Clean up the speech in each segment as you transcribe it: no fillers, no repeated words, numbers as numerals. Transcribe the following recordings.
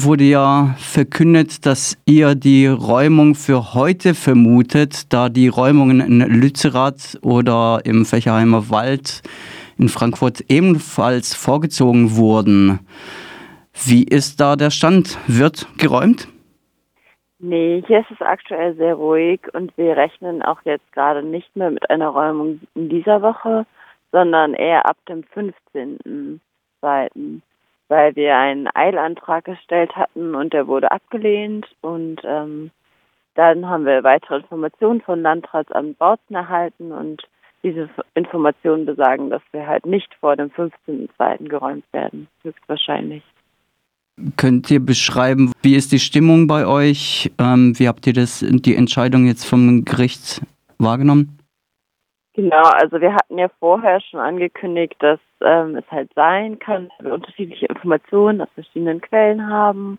wurde ja verkündet, dass ihr die Räumung für heute vermutet, da die Räumungen in Lützerath oder im Fächerheimer Wald in Frankfurt ebenfalls vorgezogen wurden. Wie ist da der Stand? Wird geräumt? Nee, hier ist es aktuell sehr ruhig und wir rechnen auch jetzt gerade nicht mehr mit einer Räumung in dieser Woche, sondern eher ab dem 15.02., weil wir einen Eilantrag gestellt hatten und der wurde abgelehnt und dann haben wir weitere Informationen vom Landratsamt Bautzen erhalten und diese Informationen besagen, dass wir halt nicht vor dem 15.02. geräumt werden, höchstwahrscheinlich. Könnt ihr beschreiben, wie ist die Stimmung bei euch? Wie habt ihr die Entscheidung jetzt vom Gericht wahrgenommen? Genau, also wir hatten ja vorher schon angekündigt, dass es halt sein kann, dass wir unterschiedliche Informationen aus verschiedenen Quellen haben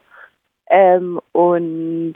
und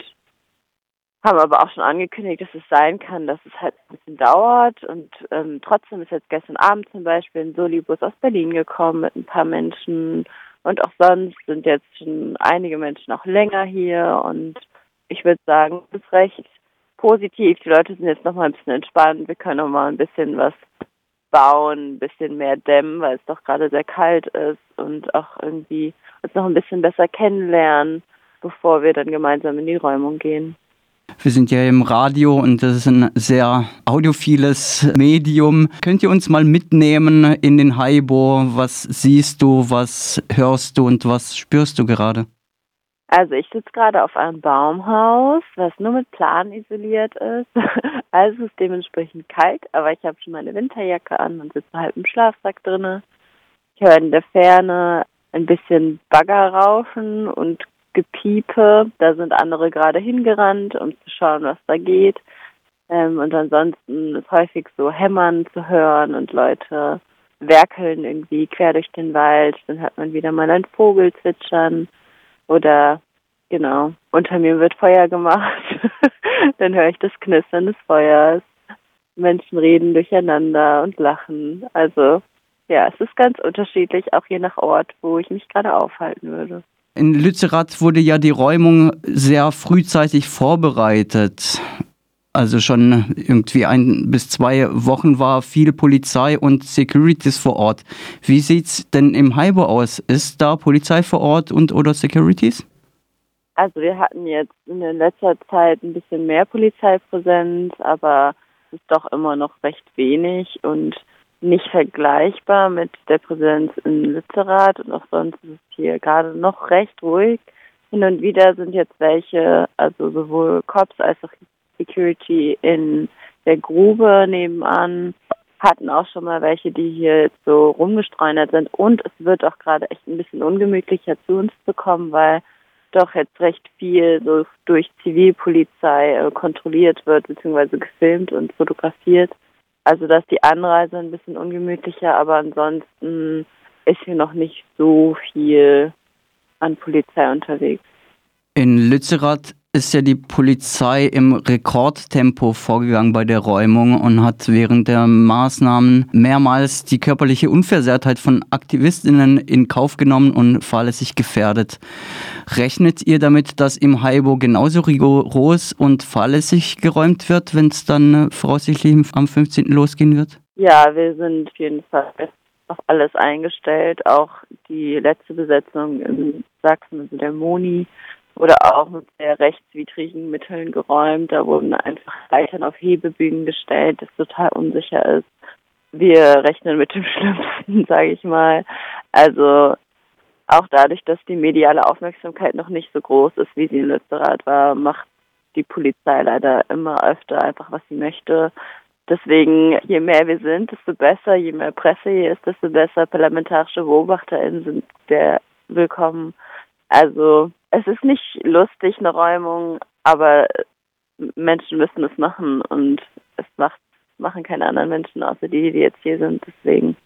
haben aber auch schon angekündigt, dass es sein kann, dass es halt ein bisschen dauert und trotzdem ist jetzt gestern Abend zum Beispiel ein Solibus aus Berlin gekommen mit ein paar Menschen und auch sonst sind jetzt schon einige Menschen auch länger hier und ich würde sagen, es ist recht positiv. Die Leute sind jetzt nochmal ein bisschen entspannt. Wir können nochmal ein bisschen was bauen, ein bisschen mehr dämmen, weil es doch gerade sehr kalt ist und auch irgendwie uns noch ein bisschen besser kennenlernen, bevor wir dann gemeinsam in die Räumung gehen. Wir sind ja im Radio und das ist ein sehr audiophiles Medium. Könnt ihr uns mal mitnehmen in den Haibo? Was siehst du, was hörst du und was spürst du gerade? Also ich sitze gerade auf einem Baumhaus, was nur mit Plan isoliert ist. Also es ist dementsprechend kalt, aber ich habe schon meine Winterjacke an und sitze halb im Schlafsack drinne. Ich höre in der Ferne ein bisschen Bagger rauschen und Gepiepe. Da sind andere gerade hingerannt, um zu schauen, was da geht. Und ansonsten ist häufig so Hämmern zu hören und Leute werkeln irgendwie quer durch den Wald. Dann hört man wieder mal einen Vogel zwitschern. Oder, genau, unter mir wird Feuer gemacht. Dann höre ich das Knistern des Feuers. Menschen reden durcheinander und lachen. Also, ja, es ist ganz unterschiedlich, auch je nach Ort, wo ich mich gerade aufhalten würde. In Lützerath wurde ja die Räumung sehr frühzeitig vorbereitet. Also schon irgendwie 1 bis 2 Wochen war viel Polizei und Securities vor Ort. Wie sieht's denn im Haibo aus? Ist da Polizei vor Ort und oder Securities? Also wir hatten jetzt in letzter Zeit ein bisschen mehr Polizeipräsenz, aber es ist doch immer noch recht wenig und nicht vergleichbar mit der Präsenz in Lützerath und auch sonst ist es hier gerade noch recht ruhig. Hin und wieder sind jetzt welche, also sowohl Cops als auch Security in der Grube nebenan, hatten auch schon mal welche, die hier jetzt so rumgestreunert sind und es wird auch gerade echt ein bisschen ungemütlicher zu uns zu kommen, weil doch jetzt recht viel so durch Zivilpolizei kontrolliert wird, beziehungsweise gefilmt und fotografiert. Also da ist die Anreise ein bisschen ungemütlicher, aber ansonsten ist hier noch nicht so viel an Polizei unterwegs. In Lützerath ist ja die Polizei im Rekordtempo vorgegangen bei der Räumung und hat während der Maßnahmen mehrmals die körperliche Unversehrtheit von AktivistInnen in Kauf genommen und fahrlässig gefährdet. Rechnet ihr damit, dass im Haibo genauso rigoros und fahrlässig geräumt wird, wenn es dann voraussichtlich am 15. losgehen wird? Ja, wir sind auf jeden Fall auf alles eingestellt. Auch die letzte Besetzung in Sachsen, also der Moni, wurde auch mit sehr rechtswidrigen Mitteln geräumt. Da wurden einfach Leitern auf Hebebügen gestellt, das total unsicher ist. Wir rechnen mit dem Schlimmsten, sage ich mal. Also auch dadurch, dass die mediale Aufmerksamkeit noch nicht so groß ist, wie sie in Lützerath war, macht die Polizei leider immer öfter einfach, was sie möchte. Deswegen, je mehr wir sind, desto besser, je mehr Presse hier ist, desto besser. Parlamentarische BeobachterInnen sind sehr willkommen. Also es ist nicht lustig, eine Räumung, aber Menschen müssen es machen und machen keine anderen Menschen, außer die jetzt hier sind. Deswegen,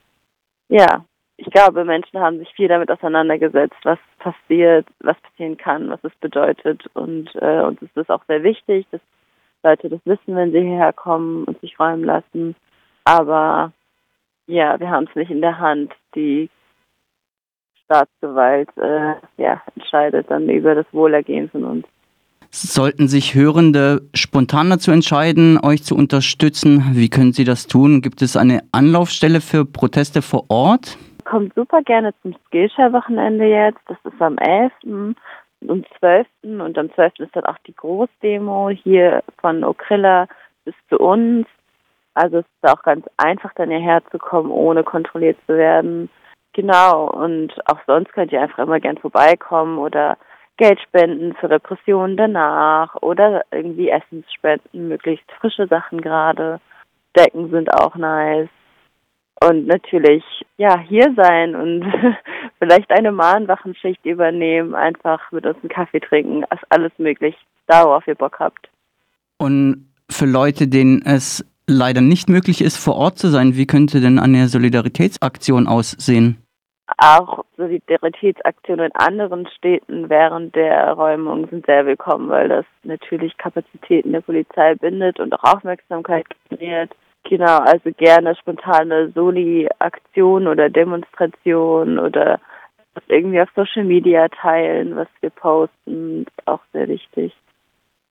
ja, ich glaube, Menschen haben sich viel damit auseinandergesetzt, was passiert, was passieren kann, was es bedeutet und uns ist das auch sehr wichtig, dass Leute das wissen, wenn sie hierher kommen und sich räumen lassen. Aber ja, wir haben es nicht in der Hand, die Staatsgewalt entscheidet dann über das Wohlergehen von uns. Sollten sich Hörende spontan dazu entscheiden, euch zu unterstützen, wie können sie das tun? Gibt es eine Anlaufstelle für Proteste vor Ort? Kommt super gerne zum Skillshare-Wochenende jetzt. Das ist am 11. und 12. Und am 12. ist dann auch die Großdemo hier von Okrilla bis zu uns. Also es ist auch ganz einfach, dann hierher zu kommen, ohne kontrolliert zu werden. Genau, und auch sonst könnt ihr einfach immer gern vorbeikommen oder Geld spenden für Repressionen danach oder irgendwie Essensspenden, möglichst frische Sachen gerade. Decken sind auch nice. Und natürlich, hier sein und vielleicht eine Mahnwachenschicht übernehmen, einfach mit uns einen Kaffee trinken, ist alles möglich, da worauf ihr Bock habt. Und für Leute, denen es leider nicht möglich ist, vor Ort zu sein, wie könnte denn eine Solidaritätsaktion aussehen? Auch Solidaritätsaktionen in anderen Städten während der Räumung sind sehr willkommen, weil das natürlich Kapazitäten der Polizei bindet und auch Aufmerksamkeit generiert. Genau, also gerne spontane Soli-Aktion oder Demonstration oder was irgendwie auf Social Media teilen, was wir posten, ist auch sehr wichtig.